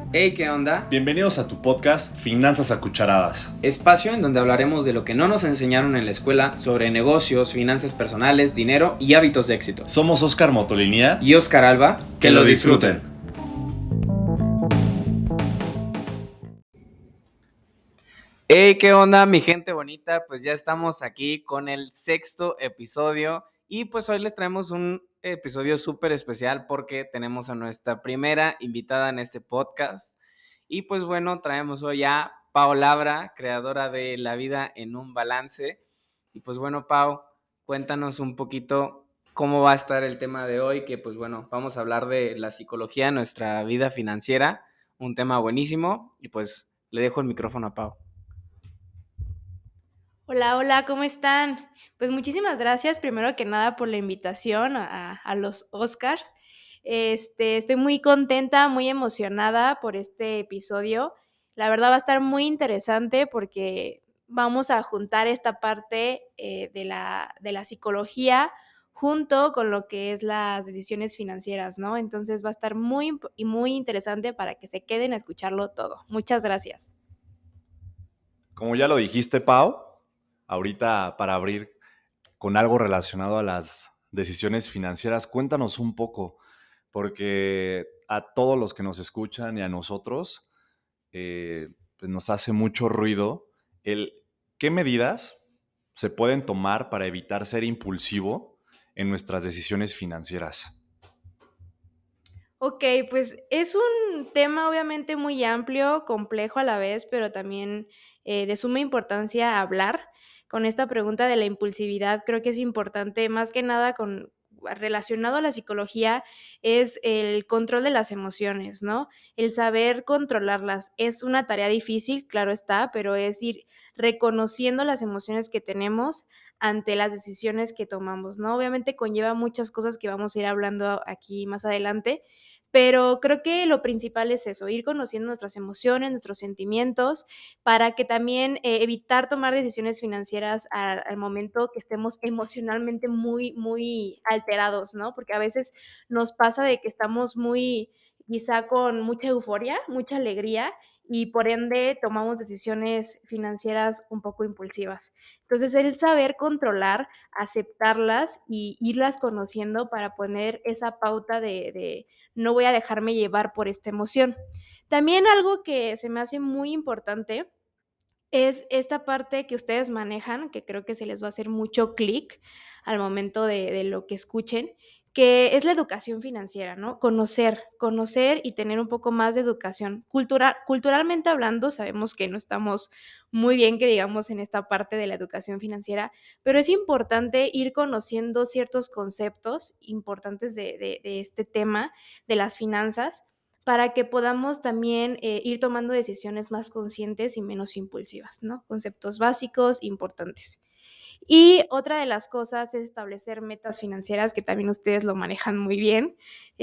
Hey, ¿qué onda? Bienvenidos a tu podcast Finanzas a Cucharadas. Espacio en donde hablaremos de lo que no nos enseñaron en la escuela sobre negocios, finanzas personales, dinero y hábitos de éxito. Somos Oscar Motolinía Y Oscar Alba, que lo disfruten. Hey, ¿qué onda, mi gente bonita? Pues ya estamos aquí con el 6º episodio y pues hoy les traemos un episodio súper especial porque tenemos a nuestra primera invitada en este podcast. Y pues bueno, traemos hoy a Pau Labra, creadora de La Vida en un Balance. Y pues bueno, Pau, cuéntanos un poquito cómo va a estar el tema de hoy, que pues bueno, vamos a hablar de la psicología de nuestra vida financiera, un tema buenísimo, y pues le dejo el micrófono a Pau. Hola, hola, ¿cómo están? Pues muchísimas gracias, primero que nada, por la invitación a los Oscars. Estoy muy contenta, muy emocionada por este episodio. La verdad va a estar muy interesante porque vamos a juntar esta parte de la psicología junto con lo que es las decisiones financieras, ¿no? Entonces va a estar muy interesante para que se queden a escucharlo todo. Muchas gracias. Como ya lo dijiste, Pau, ahorita para abrir con algo relacionado a las decisiones financieras, cuéntanos un poco, porque a todos los que nos escuchan y a nosotros, pues nos hace mucho ruido el qué medidas se pueden tomar para evitar ser impulsivo en nuestras decisiones financieras. Ok, pues es un tema obviamente muy amplio, complejo a la vez, pero también de suma importancia hablar. Con esta pregunta de la impulsividad, creo que es importante, más que nada relacionado a la psicología, es el control de las emociones, ¿no? El saber controlarlas. Es una tarea difícil, claro está, pero es ir reconociendo las emociones que tenemos ante las decisiones que tomamos, ¿no? Obviamente conlleva muchas cosas que vamos a ir hablando aquí más adelante, pero creo que lo principal es eso, ir conociendo nuestras emociones, nuestros sentimientos, para que también evitar tomar decisiones financieras al momento que estemos emocionalmente muy alterados, ¿no? Porque a veces nos pasa de que estamos quizá con mucha euforia, mucha alegría, y por ende tomamos decisiones financieras un poco impulsivas. Entonces, el saber controlar, aceptarlas y irlas conociendo para poner esa pauta de no voy a dejarme llevar por esta emoción. También algo que se me hace muy importante es esta parte que ustedes manejan, que creo que se les va a hacer mucho clic al momento de lo que escuchen, que es la educación financiera, ¿no? Conocer y tener un poco más de educación. Culturalmente hablando, sabemos que no estamos muy bien, que digamos, en esta parte de la educación financiera, pero es importante ir conociendo ciertos conceptos importantes de este tema de las finanzas para que podamos también ir tomando decisiones más conscientes y menos impulsivas, ¿no? Conceptos básicos importantes. Y otra de las cosas es establecer metas financieras, que también ustedes lo manejan muy bien.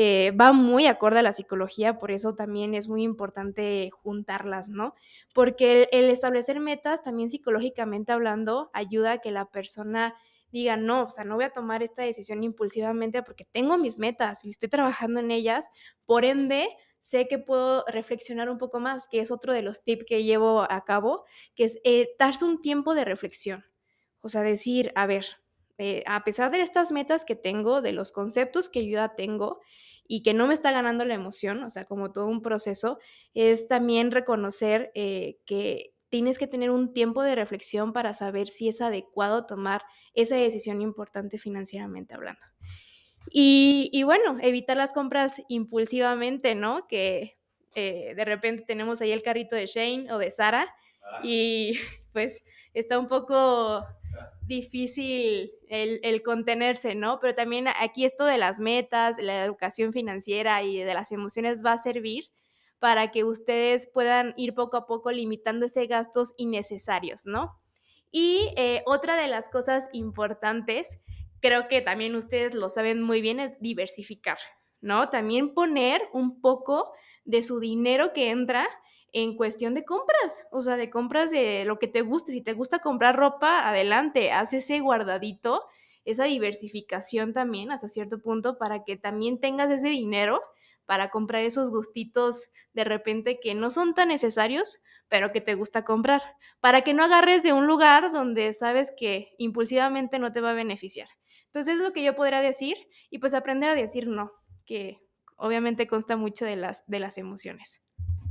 Va muy acorde a la psicología, por eso también es muy importante juntarlas, ¿no? Porque el establecer metas, también psicológicamente hablando, ayuda a que la persona diga, no, o sea, no voy a tomar esta decisión impulsivamente porque tengo mis metas y estoy trabajando en ellas, por ende, sé que puedo reflexionar un poco más, que es otro de los tips que llevo a cabo, que es darse un tiempo de reflexión. O sea, decir, a ver, a pesar de estas metas que tengo, de los conceptos que yo ya tengo y que no me está ganando la emoción, o sea, como todo un proceso, es también reconocer que tienes que tener un tiempo de reflexión para saber si es adecuado tomar esa decisión importante financieramente hablando. Y bueno, evitar las compras impulsivamente, ¿no? Que de repente tenemos ahí el carrito de Shane o de Sara y pues está un poco difícil el contenerse, ¿no? Pero también aquí esto de las metas, la educación financiera y de las emociones va a servir para que ustedes puedan ir poco a poco limitando ese gastos innecesarios, ¿no? Y otra de las cosas importantes, creo que también ustedes lo saben muy bien, es diversificar, ¿no? También poner un poco de su dinero que entra en cuestión de compras, o sea, de compras de lo que te guste. Si te gusta comprar ropa, adelante, haz ese guardadito, esa diversificación también hasta cierto punto para que también tengas ese dinero para comprar esos gustitos de repente que no son tan necesarios, pero que te gusta comprar, para que no agarres de un lugar donde sabes que impulsivamente no te va a beneficiar. Entonces es lo que yo podría decir y pues aprender a decir no, que obviamente consta mucho de las emociones.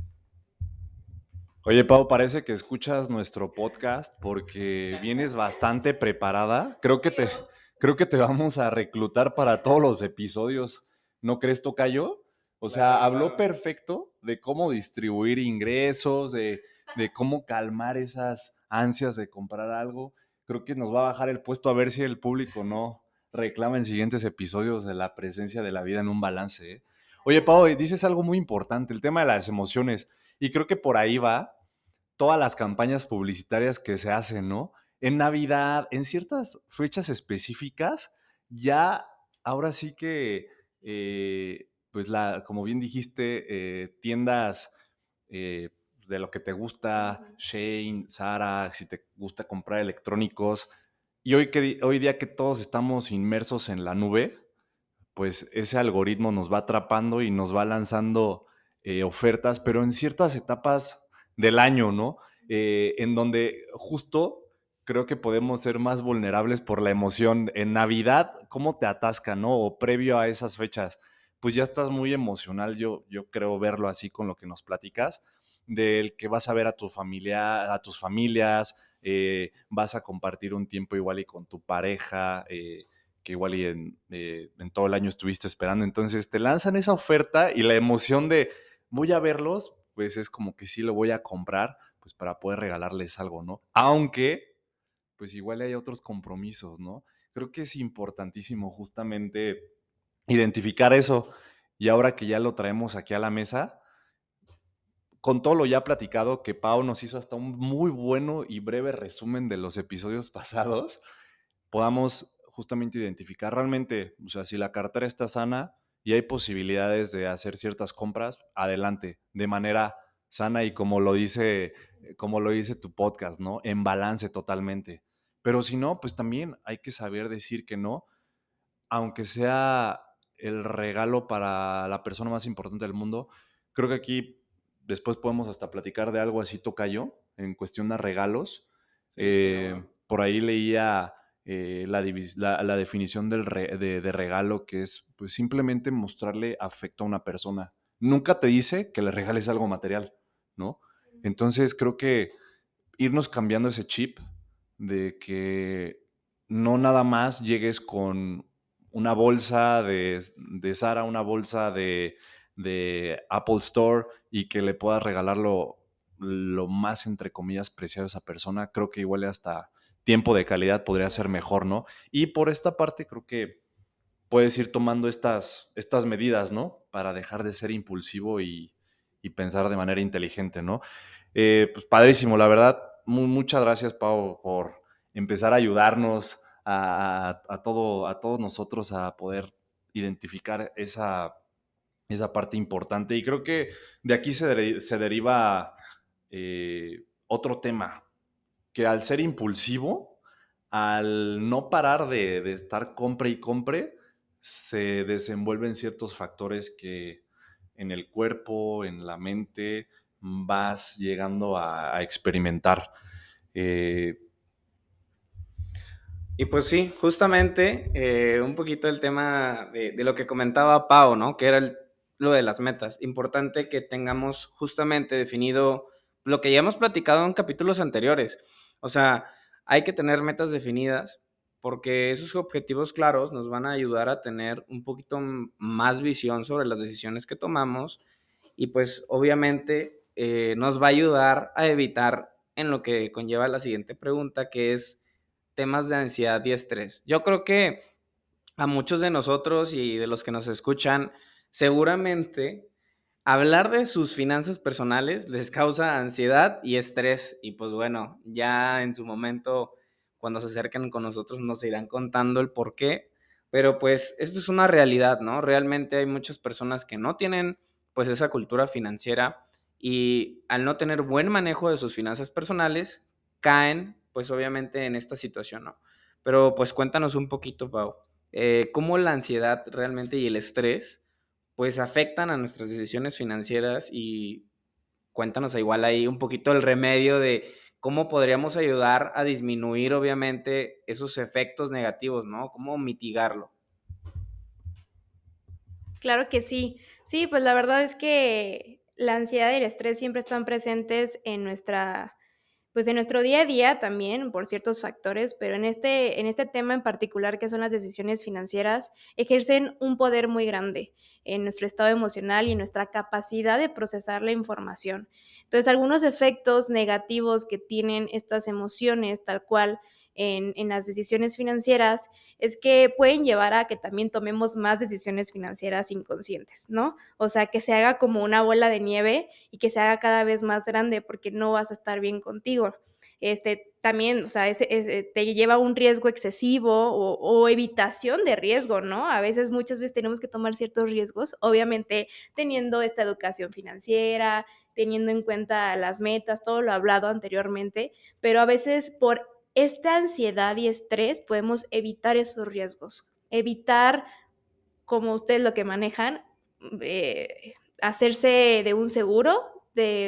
Oye, Pau, parece que escuchas nuestro podcast porque vienes bastante preparada. Creo que te vamos a reclutar para todos los episodios. ¿No crees, tocayo? O sea, habló perfecto de cómo distribuir ingresos, de cómo calmar esas ansias de comprar algo. Creo que nos va a bajar el puesto a ver si el público no reclama en siguientes episodios de la presencia de la vida en un balance, ¿eh? Oye, Pau, dices algo muy importante, el tema de las emociones. Y creo que por ahí va todas las campañas publicitarias que se hacen, ¿no? En Navidad, en ciertas fechas específicas, ya ahora sí que, pues como bien dijiste, tiendas de lo que te gusta, Shane, Zara, si te gusta comprar electrónicos, y hoy día que todos estamos inmersos en la nube, pues ese algoritmo nos va atrapando y nos va lanzando ofertas, pero en ciertas etapas del año, ¿no? En donde justo creo que podemos ser más vulnerables por la emoción. En Navidad, ¿cómo te atasca, no? O previo a esas fechas, pues ya estás muy emocional, yo creo verlo así con lo que nos platicas, del que vas a ver a tu familia, a tus familias, vas a compartir un tiempo igual y con tu pareja, que igual y en todo el año estuviste esperando. Entonces te lanzan esa oferta y la emoción de voy a verlos, pues es como que sí lo voy a comprar, pues para poder regalarles algo, ¿no? Aunque, pues igual hay otros compromisos, ¿no? Creo que es importantísimo justamente identificar eso. Y ahora que ya lo traemos aquí a la mesa, con todo lo ya platicado, que Pau nos hizo hasta un muy bueno y breve resumen de los episodios pasados, podamos justamente identificar realmente, o sea, si la cartera está sana y hay posibilidades de hacer ciertas compras, adelante, de manera sana y como lo dice tu podcast, ¿no? En balance totalmente. Pero si no, pues también hay que saber decir que no, aunque sea el regalo para la persona más importante del mundo. Creo que aquí después podemos hasta platicar de algo así tocayo en cuestión de regalos. Por ahí leía la definición de regalo, que es pues simplemente mostrarle afecto a una persona. Nunca te dice que le regales algo material, ¿no? Entonces creo que irnos cambiando ese chip de que no nada más llegues con una bolsa de Zara, una bolsa de Apple Store y que le puedas regalar lo más, entre comillas, preciado a esa persona. Creo que igual hasta tiempo de calidad podría ser mejor, ¿no? Y por esta parte creo que puedes ir tomando estas medidas, ¿no? Para dejar de ser impulsivo y pensar de manera inteligente, ¿no? Pues padrísimo, la verdad. Muchas gracias, Pau, por empezar a ayudarnos a todos nosotros a poder identificar esa parte importante. Y creo que de aquí se deriva otro tema, que al ser impulsivo, al no parar de estar compre y compre, se desenvuelven ciertos factores que en el cuerpo, en la mente, vas llegando a experimentar. Eh, Y pues sí, justamente un poquito el tema de lo que comentaba Pau, ¿no? Que era lo de las metas. Importante que tengamos justamente definido lo que ya hemos platicado en capítulos anteriores. O sea, hay que tener metas definidas porque esos objetivos claros nos van a ayudar a tener un poquito más visión sobre las decisiones que tomamos y pues obviamente nos va a ayudar a evitar en lo que conlleva la siguiente pregunta, que es temas de ansiedad y estrés. Yo creo que a muchos de nosotros y de los que nos escuchan, seguramente hablar de sus finanzas personales les causa ansiedad y estrés. Y pues bueno, ya en su momento, cuando se acerquen con nosotros, nos irán contando el por qué. Pero pues esto es una realidad, ¿no? Realmente hay muchas personas que no tienen pues esa cultura financiera y al no tener buen manejo de sus finanzas personales, caen pues obviamente en esta situación, ¿no? Pero pues cuéntanos un poquito, Pau, cómo la ansiedad realmente y el estrés pues afectan a nuestras decisiones financieras y cuéntanos igual ahí un poquito el remedio de cómo podríamos ayudar a disminuir obviamente esos efectos negativos, ¿no? ¿Cómo mitigarlo? Claro que sí. Sí, pues la verdad es que la ansiedad y el estrés siempre están presentes en pues en nuestro día a día también por ciertos factores, pero en este tema en particular que son las decisiones financieras, ejercen un poder muy grande en nuestro estado emocional y en nuestra capacidad de procesar la información. Entonces, algunos efectos negativos que tienen estas emociones, tal cual en las decisiones financieras, es que pueden llevar a que también tomemos más decisiones financieras inconscientes, ¿no? O sea, que se haga como una bola de nieve y que se haga cada vez más grande porque no vas a estar bien contigo. También, o sea, te lleva a un riesgo excesivo o evitación de riesgo, ¿no? A veces, muchas veces tenemos que tomar ciertos riesgos, obviamente teniendo esta educación financiera, teniendo en cuenta las metas, todo lo hablado anteriormente, pero a veces por esta ansiedad y estrés podemos evitar esos riesgos, evitar, como ustedes lo que manejan, hacerse de un seguro,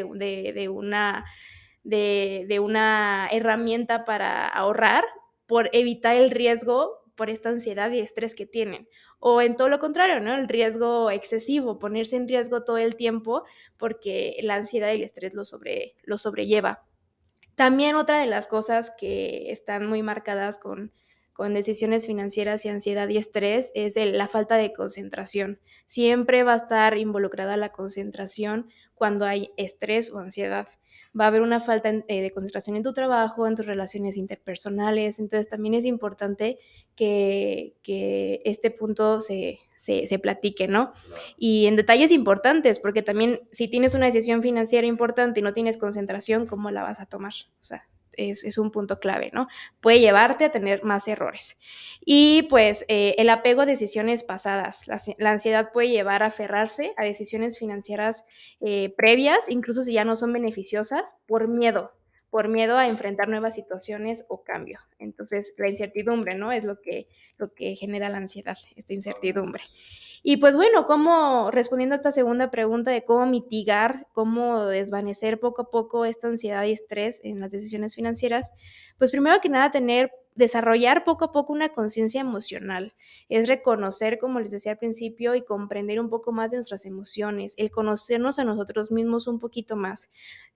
de una herramienta para ahorrar por evitar el riesgo por esta ansiedad y estrés que tienen. O en todo lo contrario, ¿no? El riesgo excesivo, ponerse en riesgo todo el tiempo porque la ansiedad y el estrés lo sobrelleva. También otra de las cosas que están muy marcadas con decisiones financieras y ansiedad y estrés es la falta de concentración. Siempre va a estar involucrada la concentración cuando hay estrés o ansiedad. Va a haber una falta de concentración en tu trabajo, en tus relaciones interpersonales. Entonces también es importante que este punto se platique, ¿no? Y en detalles importantes, porque también si tienes una decisión financiera importante y no tienes concentración, ¿cómo la vas a tomar? O sea, es un punto clave, ¿no? Puede llevarte a tener más errores. Y pues el apego a decisiones pasadas. La ansiedad puede llevar a aferrarse a decisiones financieras previas, incluso si ya no son beneficiosas, por miedo a enfrentar nuevas situaciones o cambio. Entonces, la incertidumbre, ¿no? Es lo que genera la ansiedad, esta incertidumbre. Y pues bueno, respondiendo a esta segunda pregunta de cómo mitigar, cómo desvanecer poco a poco esta ansiedad y estrés en las decisiones financieras, pues primero que nada desarrollar poco a poco una conciencia emocional. Es reconocer, como les decía al principio, y comprender un poco más de nuestras emociones, el conocernos a nosotros mismos un poquito más.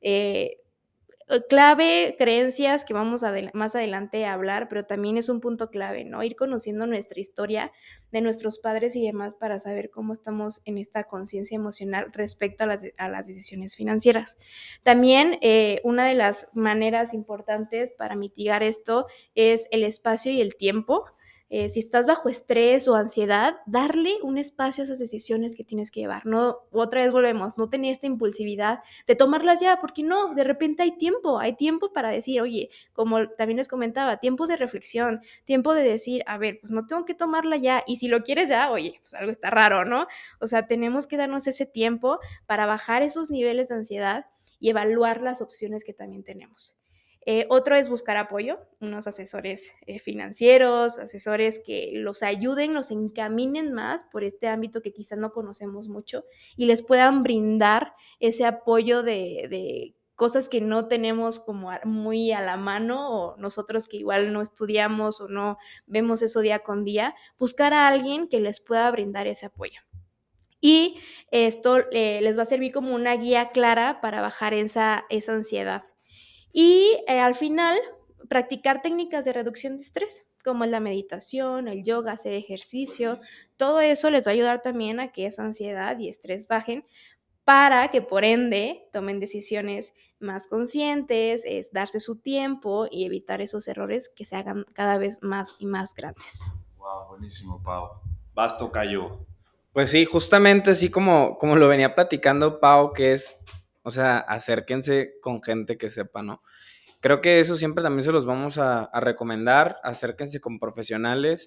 Clave, creencias que vamos más adelante a hablar, pero también es un punto clave, ¿no? Ir conociendo nuestra historia de nuestros padres y demás para saber cómo estamos en esta conciencia emocional respecto a las decisiones financieras. También una de las maneras importantes para mitigar esto es el espacio y el tiempo. Si estás bajo estrés o ansiedad, darle un espacio a esas decisiones que tienes que llevar. No, otra vez volvemos, no tener esta impulsividad de tomarlas ya, porque no, de repente hay tiempo para decir, oye, como también les comentaba, tiempo de reflexión, tiempo de decir, a ver, pues no tengo que tomarla ya, y si lo quieres ya, oye, pues algo está raro, ¿no? O sea, tenemos que darnos ese tiempo para bajar esos niveles de ansiedad y evaluar las opciones que también tenemos. Otro es buscar apoyo, unos asesores financieros, asesores que los ayuden, los encaminen más por este ámbito que quizás no conocemos mucho y les puedan brindar ese apoyo de cosas que no tenemos como muy a la mano o nosotros que igual no estudiamos o no vemos eso día con día, buscar a alguien que les pueda brindar ese apoyo. Y esto les va a servir como una guía clara para bajar esa ansiedad. Y al final, practicar técnicas de reducción de estrés, como es la meditación, el yoga, hacer ejercicio. Todo eso les va a ayudar también a que esa ansiedad y estrés bajen para que por ende tomen decisiones más conscientes, es darse su tiempo y evitar esos errores que se hagan cada vez más y más grandes. Wow, buenísimo, Pau. Vas, tocayo. Pues sí, justamente así como lo venía platicando Pau, que es, o sea, acérquense con gente que sepa, ¿no? Creo que eso siempre también se los vamos a recomendar, acérquense con profesionales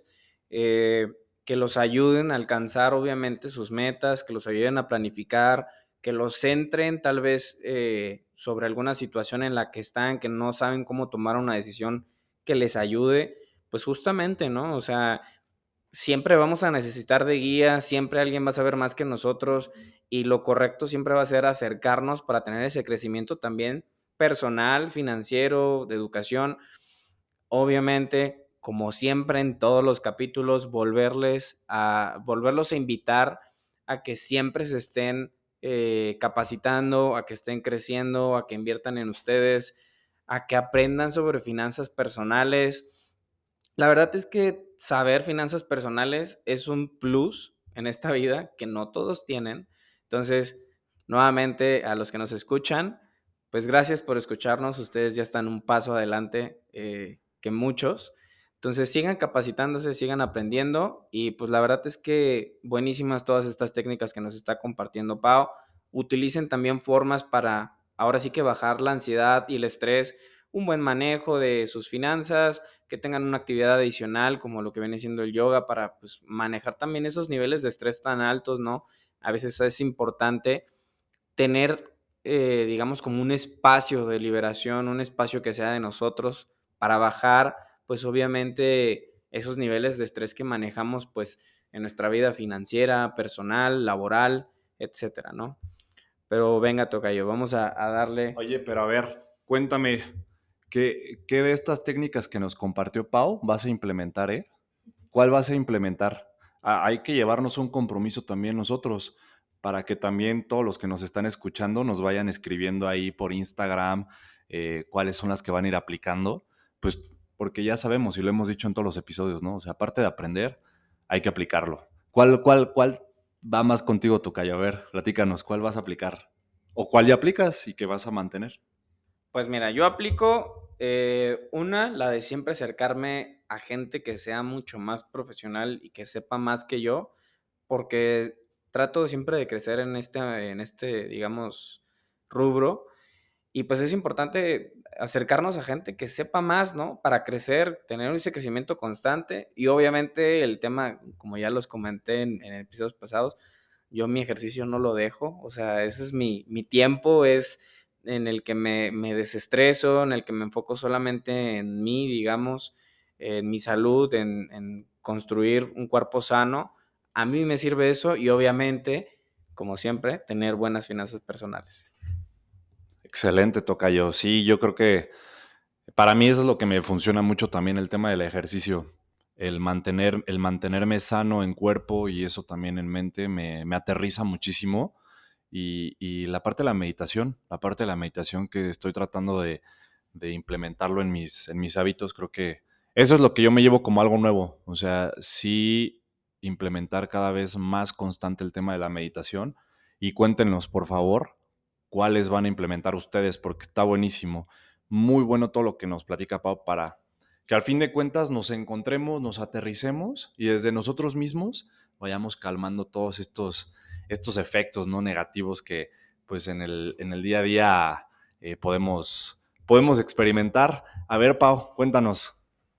que los ayuden a alcanzar obviamente sus metas, que los ayuden a planificar, que los centren tal vez sobre alguna situación en la que están, que no saben cómo tomar una decisión que les ayude, pues justamente, ¿no? O sea, siempre vamos a necesitar de guía, siempre alguien va a saber más que nosotros y lo correcto siempre va a ser acercarnos para tener ese crecimiento también personal, financiero, de educación. Obviamente, como siempre en todos los capítulos, volverlos a invitar a que siempre se estén capacitando, a que estén creciendo, a que inviertan en ustedes, a que aprendan sobre finanzas personales. La verdad es que saber finanzas personales es un plus en esta vida que no todos tienen. Entonces, nuevamente a los que nos escuchan, pues gracias por escucharnos. Ustedes ya están un paso adelante que muchos. Entonces, sigan capacitándose, sigan aprendiendo y pues la verdad es que buenísimas todas estas técnicas que nos está compartiendo Pau. Utilicen también formas para ahora sí que bajar la ansiedad y el estrés, un buen manejo de sus finanzas, que tengan una actividad adicional como lo que viene siendo el yoga para pues, manejar también esos niveles de estrés tan altos, ¿no? A veces es importante tener, digamos, como un espacio de liberación, un espacio que sea de nosotros para bajar, pues obviamente esos niveles de estrés que manejamos, pues en nuestra vida financiera, personal, laboral, etcétera, ¿no? Pero venga, tocayo, vamos a darle. Oye, pero a ver, cuéntame, ¿qué de estas técnicas que nos compartió Pau vas a implementar, eh? ¿Cuál vas a implementar? Hay que llevarnos un compromiso también nosotros para que también todos los que nos están escuchando nos vayan escribiendo ahí por Instagram cuáles son las que van a ir aplicando, pues porque ya sabemos y lo hemos dicho en todos los episodios, ¿no? O sea, aparte de aprender, hay que aplicarlo. ¿Cuál va más contigo, tocayo? A ver, platícanos, ¿cuál vas a aplicar? ¿O cuál ya aplicas y que vas a mantener? Pues mira, yo aplico la de siempre acercarme a gente que sea mucho más profesional y que sepa más que yo, porque trato siempre de crecer en este, digamos, rubro. Y pues es importante acercarnos a gente que sepa más, ¿no? Para crecer, tener ese crecimiento constante. Y obviamente el tema, como ya los comenté en episodios pasados, yo mi ejercicio no lo dejo. O sea, ese es mi tiempo, es en el que me desestreso, en el que me enfoco solamente en mí, digamos, en mi salud, en construir un cuerpo sano. A mí me sirve eso y obviamente, como siempre, tener buenas finanzas personales. Excelente, tocayo. Sí, yo creo que para mí eso es lo que me funciona mucho también el tema del ejercicio. El mantenerme sano en cuerpo y eso también en mente me aterriza muchísimo. Y la parte de la meditación que estoy tratando de implementarlo en mis hábitos, creo que eso es lo que yo me llevo como algo nuevo. O sea, sí implementar cada vez más constante el tema de la meditación. Y cuéntenos, por favor, cuáles van a implementar ustedes, porque está buenísimo. Muy bueno todo lo que nos platica Pau para que al fin de cuentas nos encontremos, nos aterricemos y desde nosotros mismos vayamos calmando todos estos efectos no negativos que pues en el día a día podemos experimentar. A ver, Pau, cuéntanos.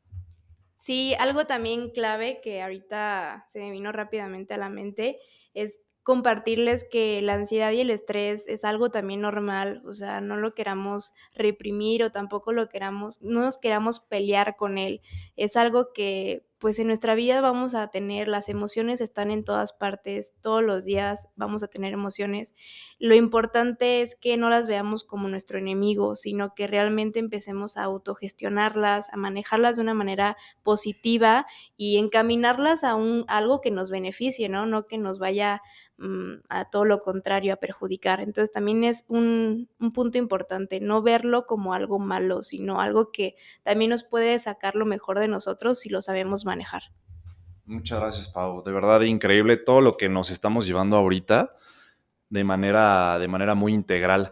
Sí, algo también clave que ahorita se me vino rápidamente a la mente es compartirles que la ansiedad y el estrés es algo también normal, o sea, no lo queramos reprimir o tampoco no nos queramos pelear con él. Es algo que pues en nuestra vida vamos a tener, las emociones están en todas partes, todos los días vamos a tener emociones. Lo importante es que no las veamos como nuestro enemigo, sino que realmente empecemos a autogestionarlas, a manejarlas de una manera positiva y encaminarlas a algo que nos beneficie, ¿no? No que nos vaya a todo lo contrario, a perjudicar. Entonces también es un punto importante, no verlo como algo malo, sino algo que también nos puede sacar lo mejor de nosotros si lo sabemos manejar. Muchas gracias, Pau. De verdad, increíble todo lo que nos estamos llevando ahorita de manera muy integral.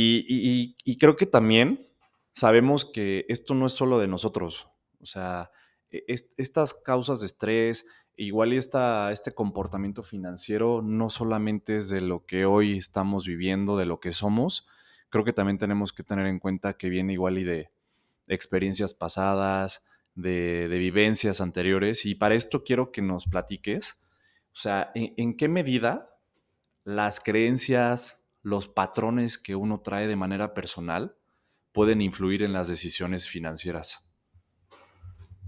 Y creo que también sabemos que esto no es solo de nosotros. O sea, estas causas de estrés, igual y este comportamiento financiero, no solamente es de lo que hoy estamos viviendo, de lo que somos. Creo que también tenemos que tener en cuenta que viene igual y de experiencias pasadas, de vivencias anteriores. Y para esto quiero que nos platiques, o sea, en qué medida las creencias, los patrones que uno trae de manera personal pueden influir en las decisiones financieras.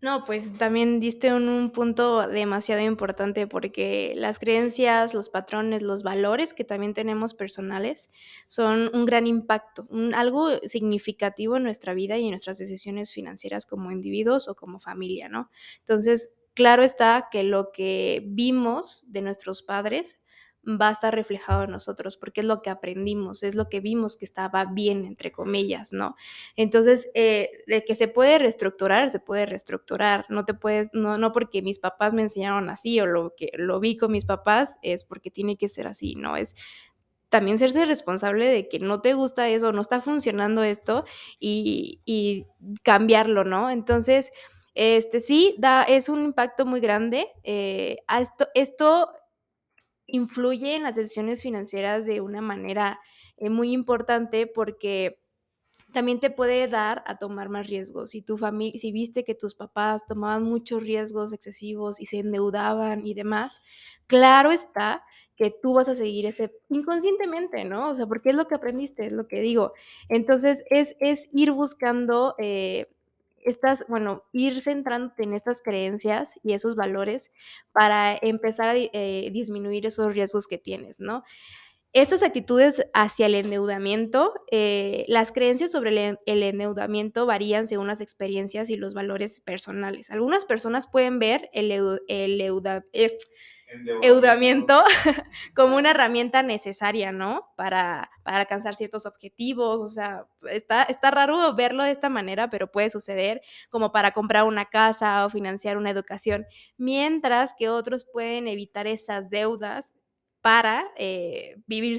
No, pues también diste un punto demasiado importante porque las creencias, los patrones, los valores que también tenemos personales son un gran impacto, algo significativo en nuestra vida y en nuestras decisiones financieras como individuos o como familia, ¿no? Entonces, claro está que lo que vimos de nuestros padres va a estar reflejado en nosotros porque es lo que aprendimos, es lo que vimos que estaba bien, entre comillas, ¿no? Entonces, de que se puede reestructurar. No te puedes, no porque mis papás me enseñaron así o lo que lo vi con mis papás es porque tiene que ser así, ¿no? Es también serse responsable de que no te gusta eso, no está funcionando esto y cambiarlo, ¿no? Entonces, sí, es un impacto muy grande. Esto influye en las decisiones financieras de una manera muy importante porque también te puede dar a tomar más riesgos. Si viste que tus papás tomaban muchos riesgos excesivos y se endeudaban y demás, claro está que tú vas a seguir ese inconscientemente, ¿no? O sea, porque es lo que aprendiste, es lo que digo. Entonces, es ir buscando, bueno, ir centrándote en estas creencias y esos valores para empezar a disminuir esos riesgos que tienes, ¿no? Estas actitudes hacia el endeudamiento, las creencias sobre el endeudamiento varían según las experiencias y los valores personales. Algunas personas pueden ver el endeudamiento como una herramienta necesaria, ¿no? Para alcanzar ciertos objetivos, o sea, está raro verlo de esta manera, pero puede suceder, como para comprar una casa o financiar una educación, mientras que otros pueden evitar esas deudas para, vivir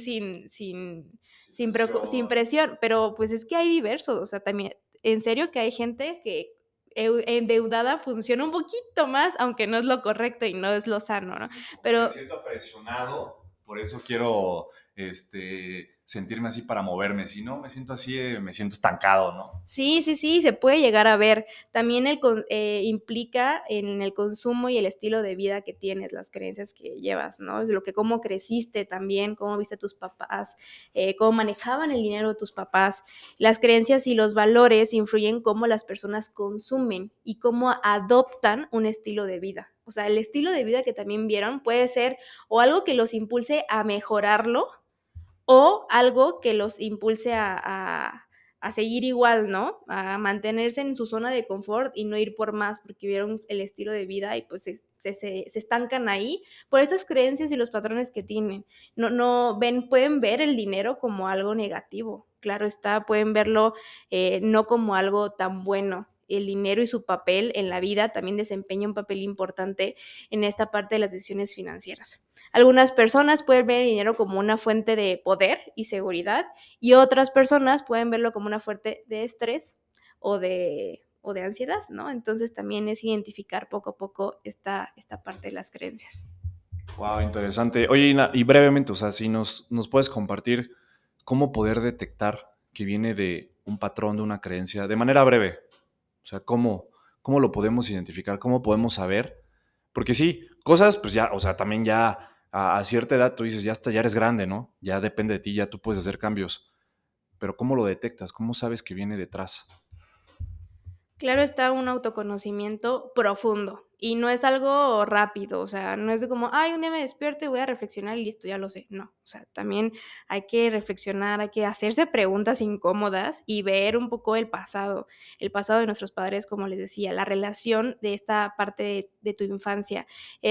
sin presión, pero, pues, es que hay diversos, o sea, también, en serio que hay gente que endeudada funciona un poquito más, aunque no es lo correcto y no es lo sano, ¿no? Me Pero siento presionado, por eso quiero sentirme así para moverme. Si no me siento así, me siento estancado, ¿no? sí, sí, sí, se puede llegar a ver. También implica en el consumo y el estilo de vida que tienes, las creencias que llevas, ¿no? Es lo que cómo creciste también, cómo viste a tus papás, cómo manejaban el dinero de tus papás. Las creencias y los valores influyen cómo las personas consumen y cómo adoptan un estilo de vida. O sea, el estilo de vida que también vieron puede ser o algo que los impulse a mejorarlo o algo que los impulse a seguir igual, ¿no? A mantenerse en su zona de confort y no ir por más porque vieron el estilo de vida y pues se estancan ahí por estas creencias y los patrones que tienen. Pueden ver el dinero como algo negativo. Claro está, pueden verlo no como algo tan bueno. El dinero y su papel en la vida también desempeña un papel importante en esta parte de las decisiones financieras. Algunas personas pueden ver el dinero como una fuente de poder y seguridad y otras personas pueden verlo como una fuente de estrés o de ansiedad, ¿no? Entonces también es identificar poco a poco esta parte de las creencias. Wow, interesante. Oye, Ina, y brevemente, o sea, si nos puedes compartir cómo poder detectar que viene de un patrón, de una creencia, de manera breve. O sea, cómo lo podemos identificar, cómo podemos saber. Porque sí, cosas, pues ya, o sea, también ya a cierta edad tú dices, ya eres grande, ¿no? Ya depende de ti, ya tú puedes hacer cambios. Pero ¿cómo lo detectas? ¿Cómo sabes que viene detrás? Claro está un autoconocimiento profundo y no es algo rápido, o sea, no es de como, ay, un día me despierto y voy a reflexionar y listo, ya lo sé. No, o sea, también hay que reflexionar, hay que hacerse preguntas incómodas y ver un poco el pasado de nuestros padres, como les decía, la relación de esta parte de tu infancia.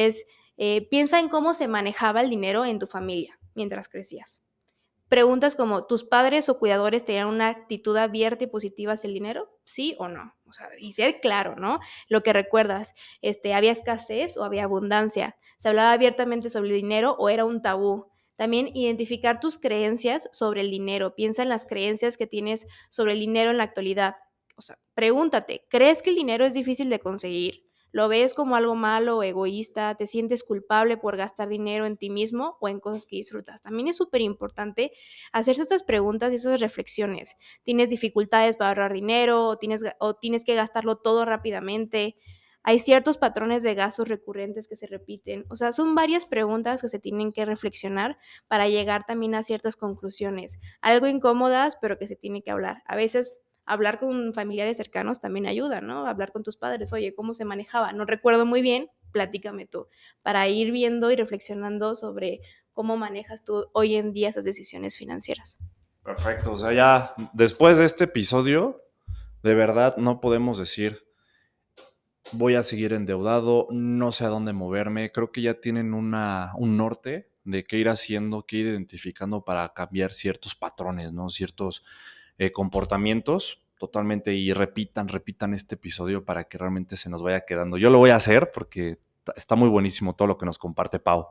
Piensa en cómo se manejaba el dinero en tu familia mientras crecías. Preguntas como, ¿tus padres o cuidadores tenían una actitud abierta y positiva hacia el dinero? ¿Sí o no? O sea, y ser claro, ¿no? Lo que recuerdas, ¿había escasez o había abundancia? ¿Se hablaba abiertamente sobre el dinero o era un tabú? También identificar tus creencias sobre el dinero. Piensa en las creencias que tienes sobre el dinero en la actualidad. O sea, pregúntate, ¿crees que el dinero es difícil de conseguir? ¿Lo ves como algo malo o egoísta? ¿Te sientes culpable por gastar dinero en ti mismo o en cosas que disfrutas? También es súper importante hacerse estas preguntas y esas reflexiones. ¿Tienes dificultades para ahorrar dinero o tienes que gastarlo todo rápidamente? Hay ciertos patrones de gastos recurrentes que se repiten. O sea, son varias preguntas que se tienen que reflexionar para llegar también a ciertas conclusiones. Algo incómodas, pero que se tiene que hablar. A veces hablar con familiares cercanos también ayuda, ¿no? Hablar con tus padres, oye, ¿cómo se manejaba? No recuerdo muy bien, platícame tú, para ir viendo y reflexionando sobre cómo manejas tú hoy en día esas decisiones financieras. Perfecto, o sea, ya después de este episodio, de verdad no podemos decir voy a seguir endeudado, no sé a dónde moverme. Creo que ya tienen un norte de qué ir haciendo, qué ir identificando para cambiar ciertos patrones, ¿no? Ciertos comportamientos totalmente y repitan este episodio para que realmente se nos vaya quedando. Yo lo voy a hacer porque está muy buenísimo todo lo que nos comparte Pau.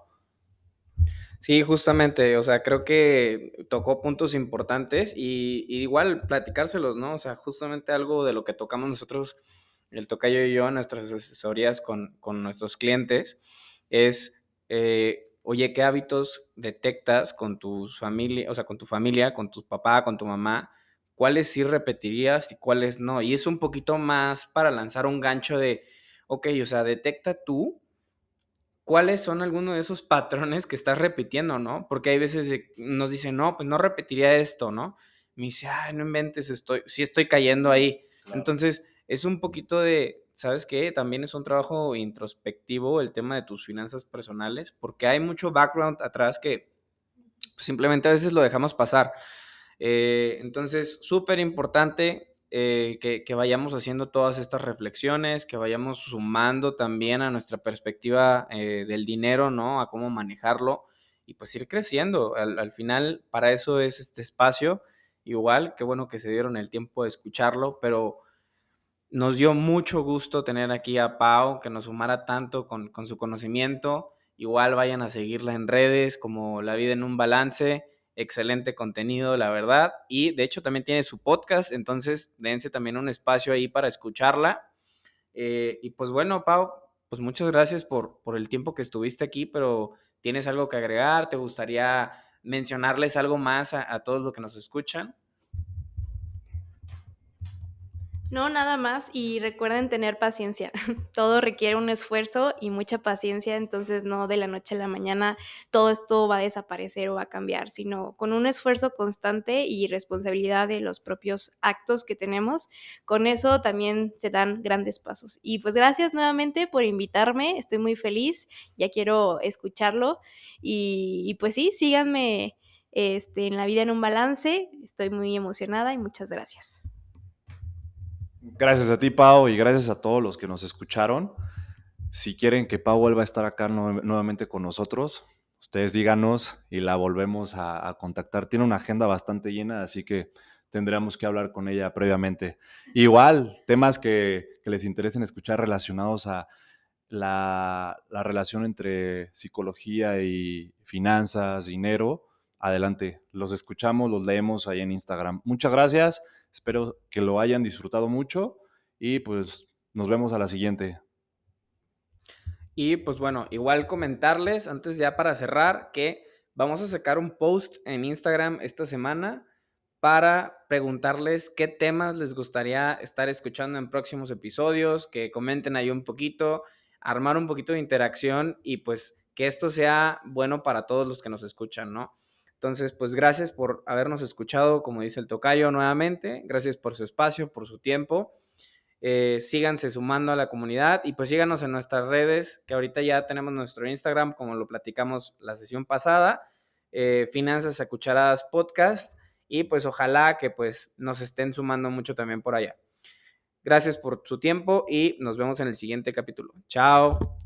Sí, justamente, o sea, creo que tocó puntos importantes y igual platicárselos, ¿no? O sea, justamente algo de lo que tocamos nosotros, el tocayo y yo, en nuestras asesorías con nuestros clientes, es, oye, ¿qué hábitos detectas con tus familia, o sea, con tu familia, con tu papá, con tu mamá? ¿Cuáles sí repetirías y cuáles no? Y es un poquito más para lanzar un gancho de, ok, o sea, detecta tú cuáles son algunos de esos patrones que estás repitiendo, ¿no? Porque hay veces nos dicen, no, pues no repetiría esto, ¿no? Me dice, ay, no inventes, sí estoy cayendo ahí. Claro. Entonces, es un poquito de, ¿sabes qué? También es un trabajo introspectivo el tema de tus finanzas personales, porque hay mucho background atrás que pues, simplemente a veces lo dejamos pasar. Entonces, súper importante que vayamos haciendo todas estas reflexiones, que vayamos sumando también a nuestra perspectiva del dinero, ¿no? A cómo manejarlo y pues ir creciendo. Al final, para eso es este espacio. Igual, qué bueno que se dieron el tiempo de escucharlo, pero nos dio mucho gusto tener aquí a Pau, que nos sumara tanto con su conocimiento. Igual vayan a seguirla en redes como La Vida en un Balance. Excelente contenido, la verdad. Y de hecho también tiene su podcast, entonces dense también un espacio ahí para escucharla. Y pues bueno, Pau, pues muchas gracias por el tiempo que estuviste aquí, pero ¿tienes algo que agregar? ¿Te gustaría mencionarles algo más a todos los que nos escuchan? No, nada más y recuerden tener paciencia. Todo requiere un esfuerzo y mucha paciencia, entonces no de la noche a la mañana todo esto va a desaparecer o va a cambiar, sino con un esfuerzo constante y responsabilidad de los propios actos que tenemos. Con eso también se dan grandes pasos. Y pues gracias nuevamente por invitarme, estoy muy feliz, ya quiero escucharlo y pues sí, síganme en La Vida en un Balance, estoy muy emocionada y muchas gracias. Gracias a ti, Pau, y gracias a todos los que nos escucharon. Si quieren que Pau vuelva a estar acá nuevamente con nosotros, ustedes díganos y la volvemos a contactar. Tiene una agenda bastante llena, así que tendríamos que hablar con ella previamente. Igual, temas que les interesen escuchar relacionados a la relación entre psicología y finanzas, dinero, adelante. Los escuchamos, los leemos ahí en Instagram. Muchas gracias, espero que lo hayan disfrutado mucho y pues nos vemos a la siguiente. Y pues bueno, igual comentarles antes ya para cerrar que vamos a sacar un post en Instagram esta semana para preguntarles qué temas les gustaría estar escuchando en próximos episodios, que comenten ahí un poquito, armar un poquito de interacción y pues que esto sea bueno para todos los que nos escuchan, ¿no? Entonces, pues gracias por habernos escuchado, como dice el tocayo nuevamente, gracias por su espacio, por su tiempo. Síganse sumando a la comunidad y pues síganos en nuestras redes, que ahorita ya tenemos nuestro Instagram, como lo platicamos la sesión pasada, Finanzas a Cucharadas Podcast, y pues ojalá que pues nos estén sumando mucho también por allá. Gracias por su tiempo y nos vemos en el siguiente capítulo. Chao.